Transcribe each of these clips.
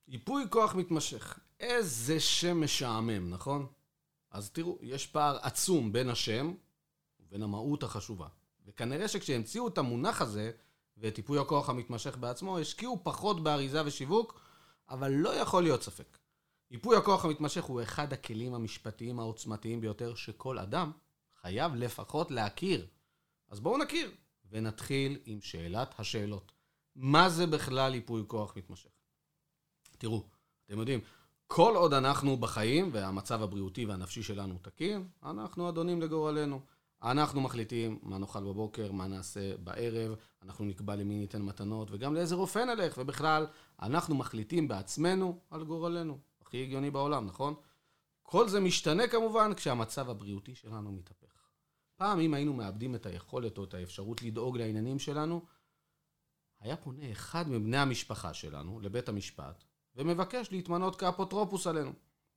ייפוי כוח מתמשך. איזה שם משעמם, נכון? אז תראו, יש פער עצום בין השם ובין המהות החשובה. וכנראה שכשהמציאו את המונח הזה, ואת ייפוי הכוח המתמשך בעצמו, השקיעו פחות באריזה ושיווק, אבל לא יכול להיות ספק. ייפוי הכוח המתמשך הוא אחד הכלים המשפטיים העוצמתיים ביותר שכל אדם חייב לפחות להכיר. אז בואו נכיר, ונתחיל עם שאלת השאלות. מה זה בכלל ייפוי כוח מתמשך? תראו, אתם יודעים, כל עוד אנחנו בחיים והמצב הבריאותי והנפשי שלנו תקין, אנחנו אדונים לגורלנו. אנחנו מחליטים מה נאכל בבוקר, מה נעשה בערב, אנחנו נקבע למי ניתן מתנות וגם לאיזה רופא נלך, ובכלל אנחנו מחליטים בעצמנו על גורלנו. הכי הגיוני בעולם, נכון? כל זה משתנה כמובן כשהמצב הבריאותי שלנו מתהפך. פעם אם היינו מאבדים את היכולת או את האפשרות לדאוג לעניינים שלנו, היה פונה אחד מבני המשפחה שלנו לבית המשפט ומבקש להתמנות כאפוטרופוס עלינו.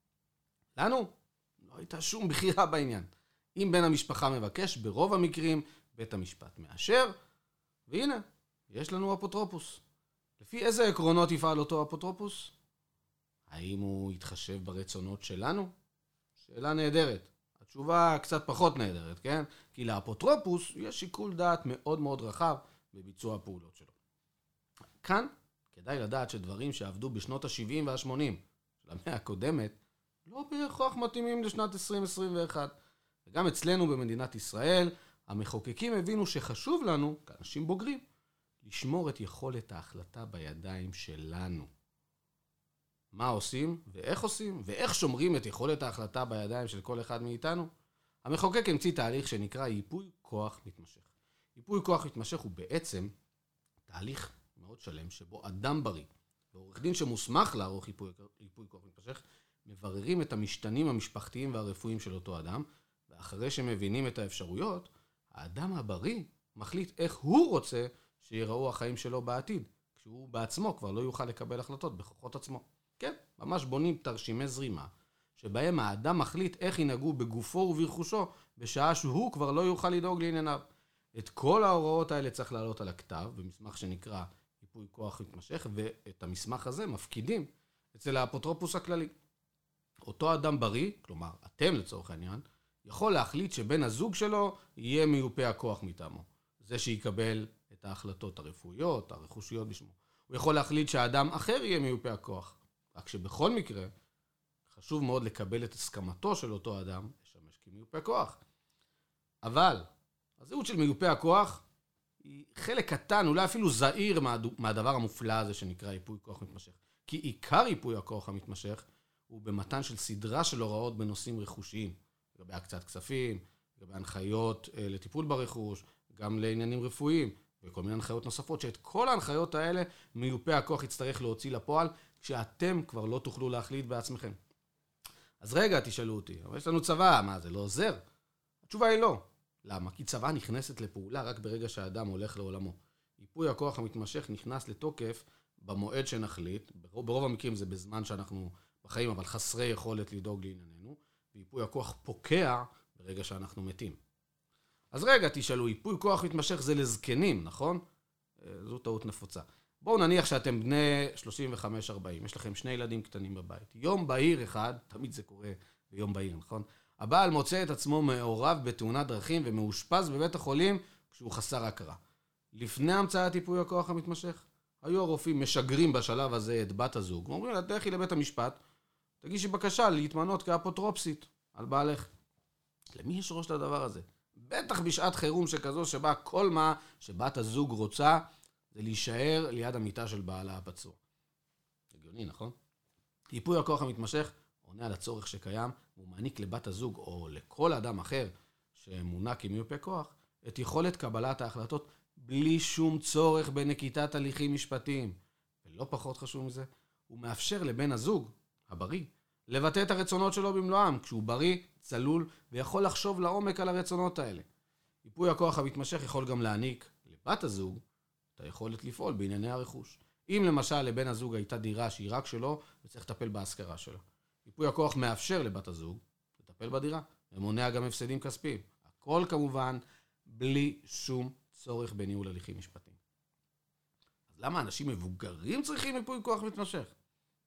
לנו לא הייתה שום בחירה בעניין. אם בן המשפחה מבקש, ברוב המקרים בית המשפט מאשר, והנה, יש לנו אפוטרופוס. לפי איזה עקרונות יפעל אותו אפוטרופוס? האם הוא יתחשב ברצונות שלנו? שאלה נהדרת. התשובה קצת פחות נהדרת, כן? כי לאפוטרופוס יש שיקול דעת מאוד מאוד רחב בביצוע הפעולות שלו. כאן כדאי לדעת שדברים שעבדו בשנות ה-70 וה-80 של המאה הקודמת, לא בהכרח מתאימים לשנת 2021. וגם אצלנו במדינת ישראל, המחוקקים הבינו שחשוב לנו, כאנשים בוגרים, לשמור את יכולת ההחלטה בידיים שלנו. מה עושים ואיך שומרים את יכולת ההחלטה בידיים של כל אחד מאיתנו? המחוקק המציא תהליך שנקרא ייפוי כוח מתמשך. ייפוי כוח מתמשך הוא בעצם תהליך מאוד שלם שבו אדם בריא ועורך דין שמוסמך לערוך ייפוי כוח מתמשך מבררים את המשתנים המשפחתיים והרפואיים של אותו אדם, ואחרי שמבינים את האפשרויות, האדם הבריא מחליט איך הוא רוצה שיראו החיים שלו בעתיד, כשהוא בעצמו כבר לא יוכל לקבל החלטות בכוחות עצמו. כן, ממש בונים תרשימי זרימה, שבהם האדם מחליט איך ינהגו בגופו וברכושו, בשעה שהוא כבר לא יוכל לדאוג לענייניו. את כל ההוראות האלה צריך לעלות על הכתב, במסמך שנקרא ייפוי כוח מתמשך, ואת המסמך הזה מפקידים אצל האפוטרופוס הכללי. אותו אדם בריא, כלומר אתם לצורך העניין, יכול להחליט שבן הזוג שלו יהיה מיופה הכוח מטעמו. זה שיקבל את ההחלטות הרפואיות, הרכושיות בשמו. הוא יכול להחליט שהאדם אחר יהיה מיופה הכוח. רק שבכל מקרה, חשוב מאוד לקבל את הסכמתו של אותו אדם לשמש כמיופה כוח. אבל הזהות של מיופה הכוח היא חלק קטן, אולי אפילו זעיר מהדבר המופלא הזה שנקרא ייפוי כוח מתמשך. כי עיקר ייפוי הכוח המתמשך הוא במתן של סדרה של הוראות בנושאים רכושיים. לגבי הקצאת כספים, לגבי הנחיות לטיפול ברכוש, גם לעניינים רפואיים, וכל מיני הנחיות נוספות, שאת כל ההנחיות האלה מיופה הכוח יצטרך להוציא לפועל, כשאתם כבר לא תוכלו להחליט בעצמכם. אז רגע, תשאלו אותי, אבל יש לנו צבא, מה זה לא עוזר? התשובה היא לא. למה? כי צבא נכנסת לפעולה רק ברגע שהאדם הולך לעולמו. ייפוי הכוח המתמשך נכנס לתוקף במועד שנחליט, ברוב המקרים זה בזמן שאנחנו בחיים, אבל חסרי יכולת לדאוג לענייננו, וייפוי הכוח פוקע ברגע שאנחנו מתים. אז רגע, תשאלו, ייפוי כוח מתמשך זה לזקנים, נכון? זו טעות נפוצה. בואו נניח שאתם בני 35-40, יש לכם 2 ילדים קטנים בבית. יום בהיר אחד, תמיד זה קורה ביום בהיר, נכון? הבעל מוצא את עצמו מעורב בתאונת דרכים ומאושפז בבית החולים כשהוא חסר הכרה. לפני המצאת ייפוי הכוח המתמשך, היו הרופאים משגרים בשלב הזה את בת הזוג, אומרים לה, תלכי לבית המשפט, תגישי בקשה להתמנות כאפוטרופסית על בעלך. למי יש ראש לדבר הזה? בטח בשעת חירום שכזו שבה כל מה שבת הזוג רוצה זה להישאר ליד המיטה של בעלה הפצוע. הגיוני, נכון? ייפוי הכוח המתמשך עונה על הצורך שקיים, והוא מעניק לבת הזוג או לכל אדם אחר שמונה כמיופה כוח את יכולת קבלת ההחלטות בלי שום צורך בנקיטת הליכים משפטיים. ולא פחות חשוב מזה, הוא מאפשר לבן הזוג, הבריא, לבטא את הרצונות שלו במלואם, כשהוא בריא, צלול, ויכול לחשוב לעומק על הרצונות האלה. ייפוי הכוח המתמשך יכול גם להעניק לבת הזוג את היכולת לפעול בענייני הרכוש. אם למשל לבן הזוג הייתה דירה שהיא רק שלו, וצריך לטפל בהשכרה שלו. ייפוי הכוח מאפשר לבת הזוג לטפל בדירה, ומונע גם הפסדים כספיים. הכל כמובן בלי שום צורך בניהול הליכים משפטיים. אז למה אנשים מבוגרים צריכים ייפוי כוח מתמשך? טוב,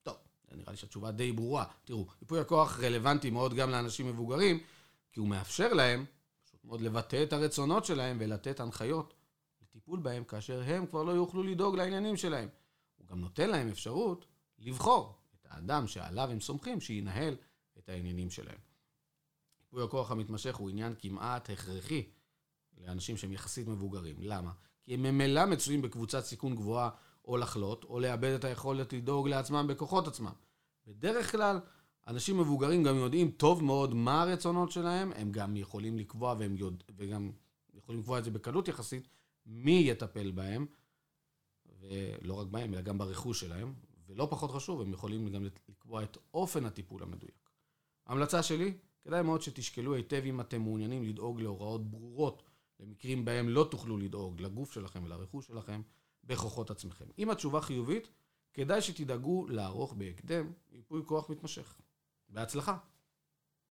נראה לי שהתשובה די ברורה. תראו, ייפוי הכוח רלוונטי מאוד גם לאנשים מבוגרים, כי הוא מאפשר להם פשוט מאוד לבטא את הרצונות שלהם ולתת הנחיות לטיפול בהם, כאשר הם כבר לא יוכלו לדאוג לעניינים שלהם. הוא גם נותן להם אפשרות לבחור את האדם שעליו הם סומכים, שינהל את העניינים שלהם. ייפוי הכוח המתמשך הוא עניין כמעט הכרחי לאנשים שהם יחסית מבוגרים. למה? כי הם ממילא מצויים בקבוצת סיכון גבוהה או לחלות, או לאבד את היכולת לדאוג לעצמם בכוחות עצמם. בדרך כלל, אנשים מבוגרים גם יודעים טוב מאוד מה הרצונות שלהם, הם גם יכולים לקבוע, וגם יכולים לקבוע את זה בקלות יחסית, מי יטפל בהם, ולא רק בהם, אלא גם ברכוש שלהם, ולא פחות חשוב, הם יכולים גם לקבוע את אופן הטיפול המדויק. ההמלצה שלי, כדאי מאוד שתשקלו היטב אם אתם מעוניינים לדאוג להוראות ברורות, למקרים בהם לא תוכלו לדאוג לגוף שלכם ולרכוש שלכם בכוחות עצמכם. אם התשובה חיובית, כדאי שתדאגו לערוך בהקדם ייפוי כוח מתמשך. בהצלחה!